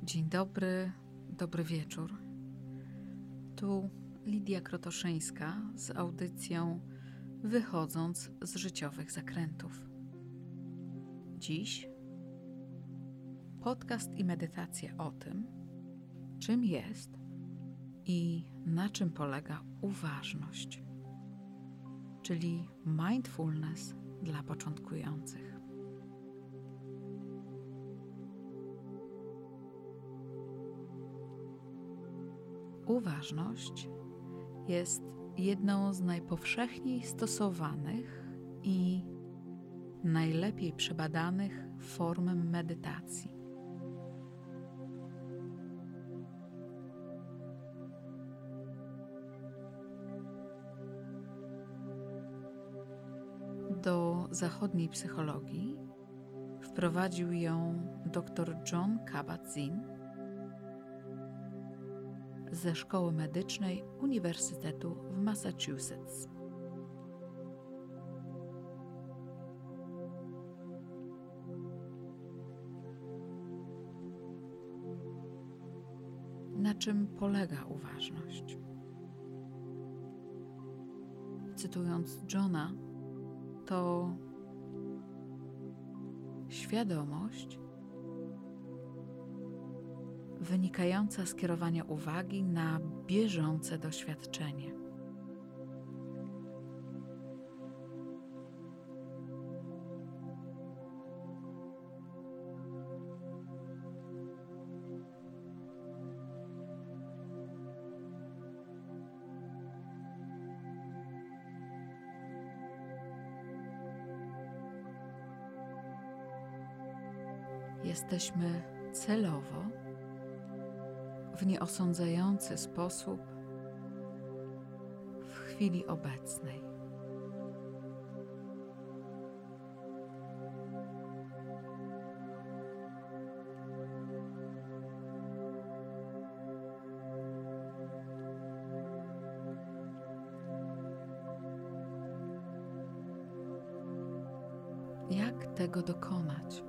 Dzień dobry, dobry wieczór. Tu Lidia Krotoszyńska z audycją Wychodząc z życiowych zakrętów. Dziś podcast i medytacja o tym, czym jest i na czym polega uważność, czyli mindfulness dla początkujących. Uważność jest jedną z najpowszechniej stosowanych i najlepiej przebadanych form medytacji. Do zachodniej psychologii wprowadził ją dr Jon Kabat-Zinn ze Szkoły Medycznej Uniwersytetu w Massachusetts. Na czym polega uważność? Cytując Jona, to świadomość wynikająca z kierowania uwagi na bieżące doświadczenie. Jesteśmy celowo, w nieosądzający sposób w chwili obecnej. Jak tego dokonać?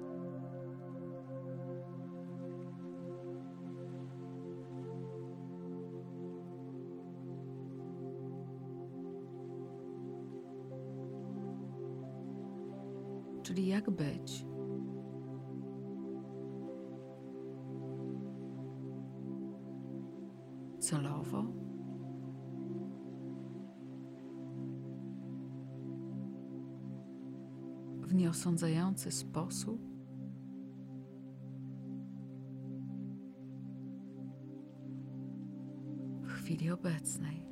Czyli jak być celowo, w nieosądzający sposób, w chwili obecnej.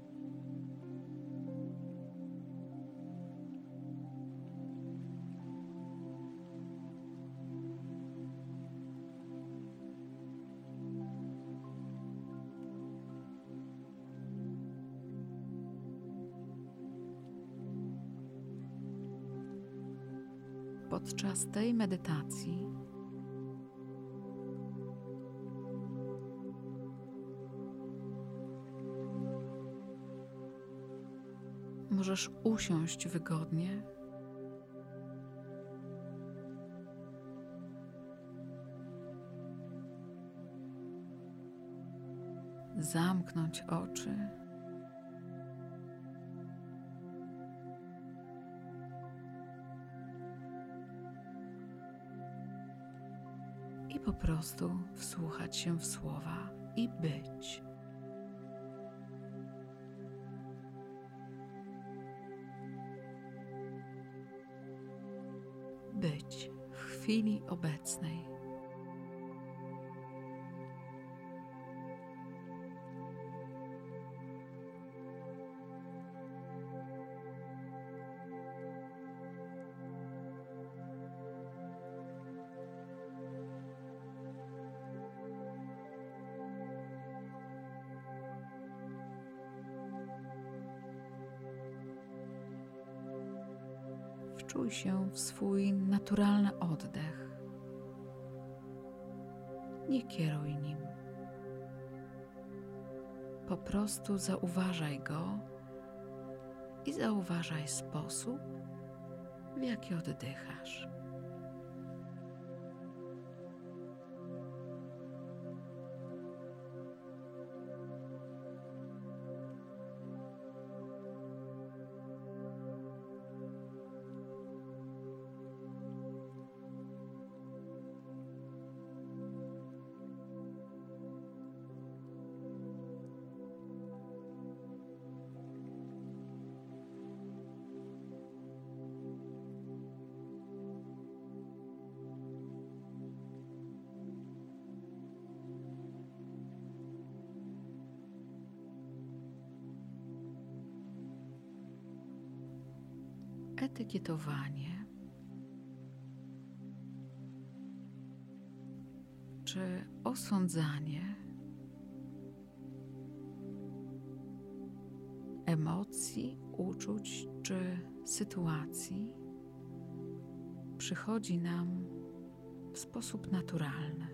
Podczas tej medytacji możesz usiąść wygodnie, zamknąć oczy i po prostu wsłuchać się w słowa i być. Być w chwili obecnej. Wczuj się w swój naturalny oddech. Nie kieruj nim. Po prostu zauważaj go i zauważaj sposób, w jaki oddychasz. etykietowanie czy osądzanie emocji, uczuć czy sytuacji przychodzi nam w sposób naturalny.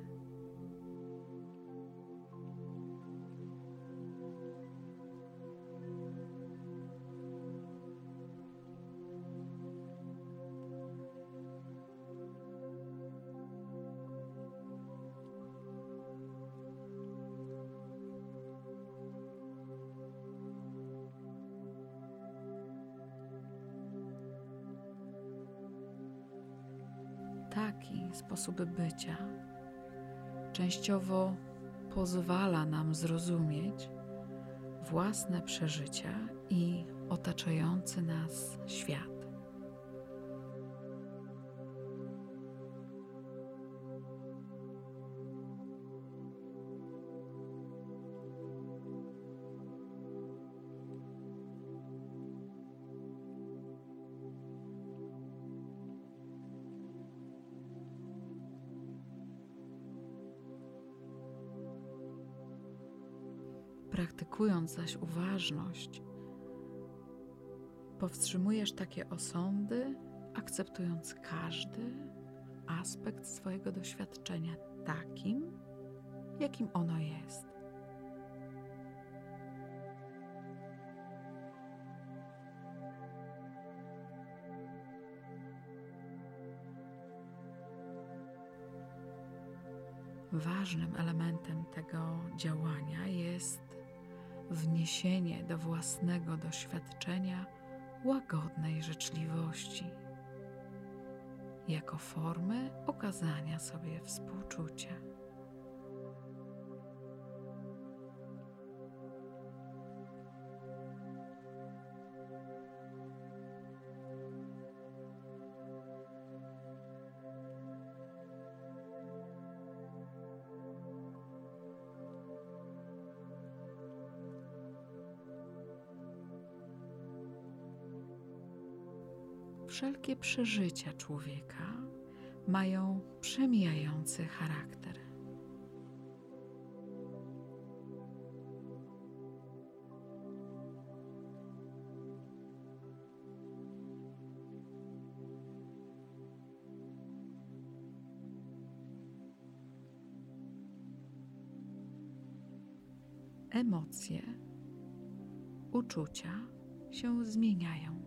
Taki sposób bycia częściowo pozwala nam zrozumieć własne przeżycia i otaczający nas świat. Praktykując zaś uważność, powstrzymujesz takie osądy, akceptując każdy aspekt swojego doświadczenia takim, jakim ono jest. Ważnym elementem tego działania jest wniesienie do własnego doświadczenia łagodnej życzliwości, jako formy okazania sobie współczucia. Wszelkie przeżycia człowieka mają przemijający charakter. Emocje, uczucia się zmieniają.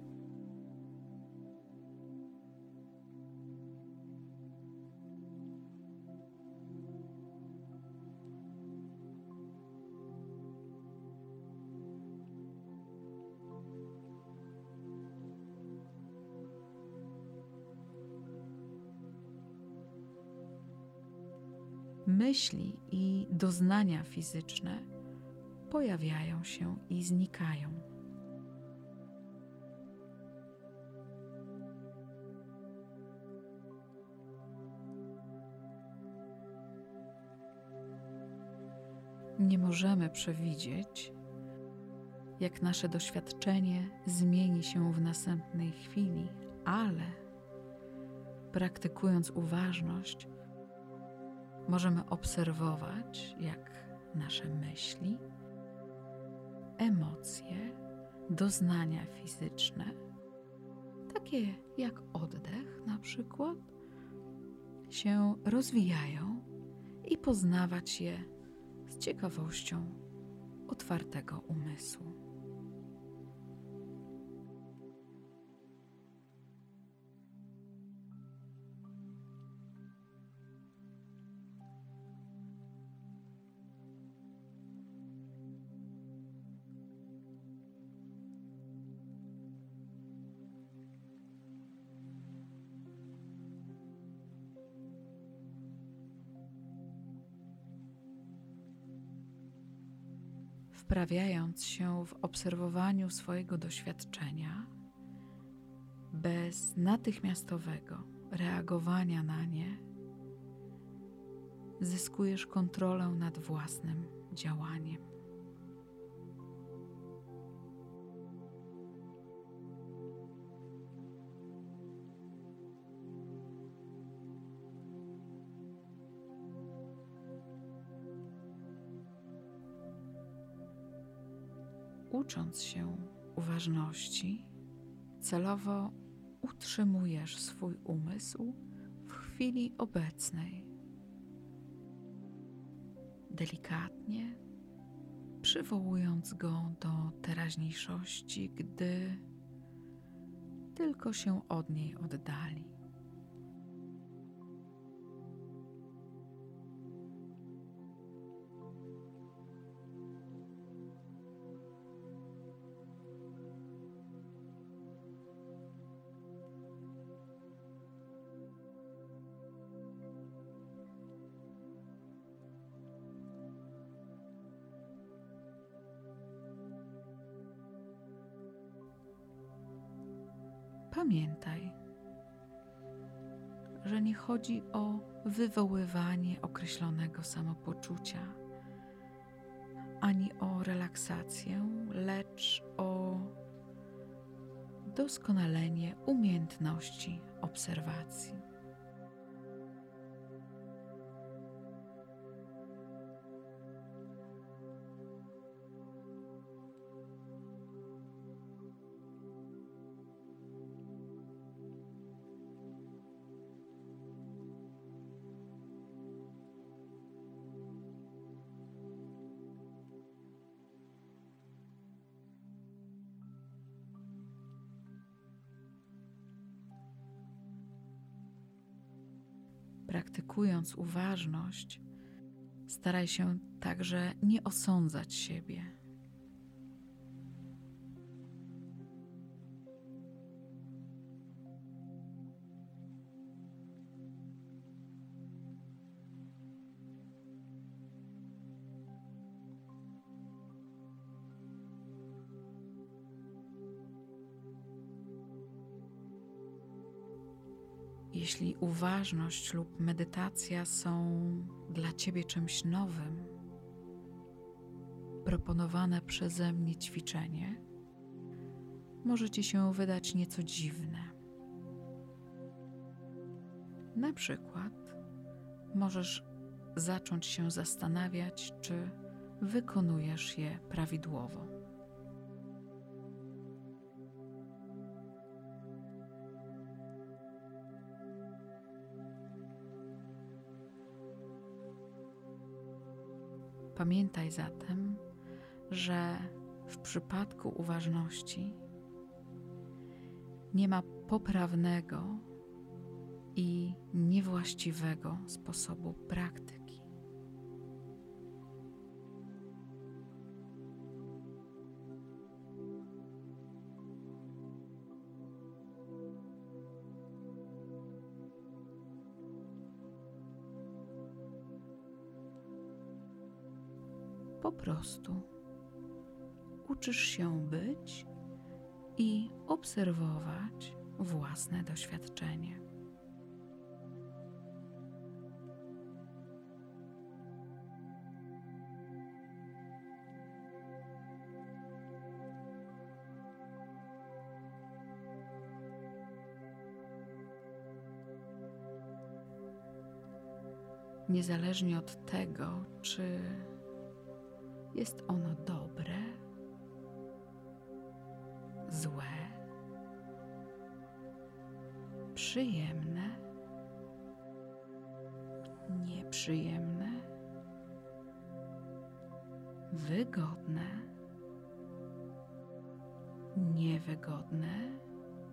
Myśli i doznania fizyczne pojawiają się i znikają. Nie możemy przewidzieć, jak nasze doświadczenie zmieni się w następnej chwili, ale praktykując uważność, możemy obserwować, jak nasze myśli, emocje, doznania fizyczne, takie jak oddech na przykład, się rozwijają i poznawać je z ciekawością otwartego umysłu. Wprawiając się w obserwowaniu swojego doświadczenia, bez natychmiastowego reagowania na nie, zyskujesz kontrolę nad własnym działaniem. Ucząc się uważności, celowo utrzymujesz swój umysł w chwili obecnej. Delikatnie przywołując go do teraźniejszości, gdy tylko się od niej oddali. Pamiętaj, że nie chodzi o wywoływanie określonego samopoczucia, ani o relaksację, lecz o doskonalenie umiejętności obserwacji. Praktykując uważność, staraj się także nie osądzać siebie. Jeśli uważność lub medytacja są dla Ciebie czymś nowym, proponowane przeze mnie ćwiczenie może Ci się wydać nieco dziwne. Na przykład możesz zacząć się zastanawiać, czy wykonujesz je prawidłowo. Pamiętaj zatem, że w przypadku uważności nie ma poprawnego i niewłaściwego sposobu praktyki. Po prostu uczysz się być i obserwować własne doświadczenie. Niezależnie od tego, czy jest ono dobre, złe, przyjemne, nieprzyjemne, wygodne, niewygodne,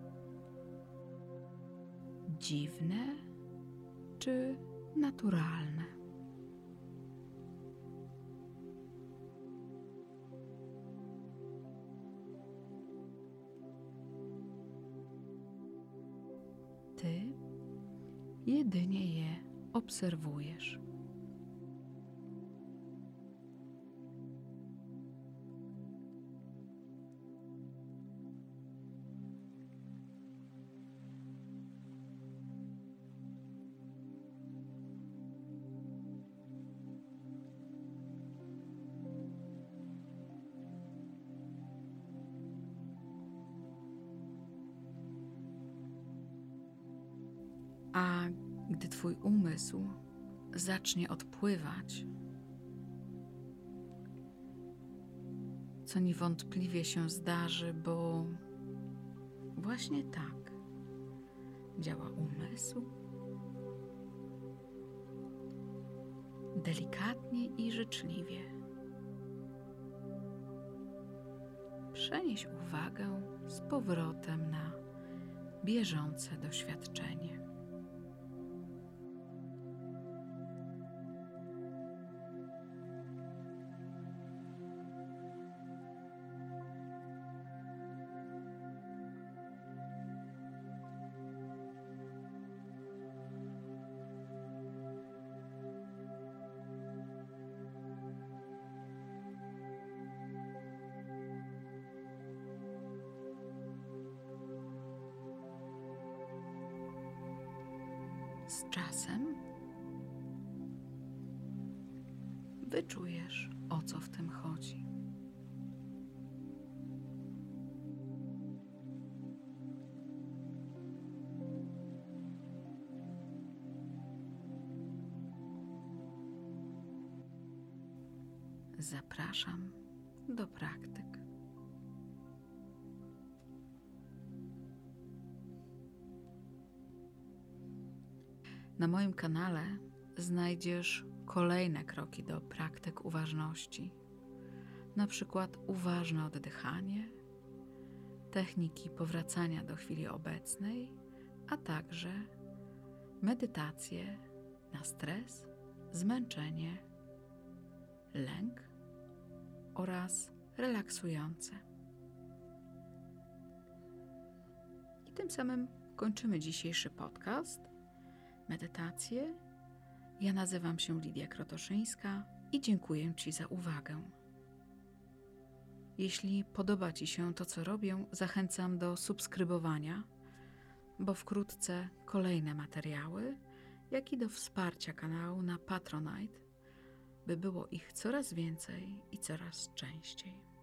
dziwne czy naturalne. Ty jedynie je obserwujesz. A gdy Twój umysł zacznie odpływać, co niewątpliwie się zdarzy, bo właśnie tak działa umysł. Delikatnie i życzliwie przenieś uwagę z powrotem na bieżące doświadczenie. Z czasem wyczujesz, o co w tym chodzi. Zapraszam do praktyk. Na moim kanale znajdziesz kolejne kroki do praktyk uważności, na przykład uważne oddychanie, techniki powracania do chwili obecnej, a także medytacje na stres, zmęczenie, lęk oraz relaksujące. I tym samym kończymy dzisiejszy podcast. Medytację. Ja nazywam się Lidia Krotoszyńska i dziękuję Ci za uwagę. Jeśli podoba Ci się to, co robię, zachęcam do subskrybowania, bo wkrótce kolejne materiały, jak i do wsparcia kanału na Patronite, by było ich coraz więcej i coraz częściej.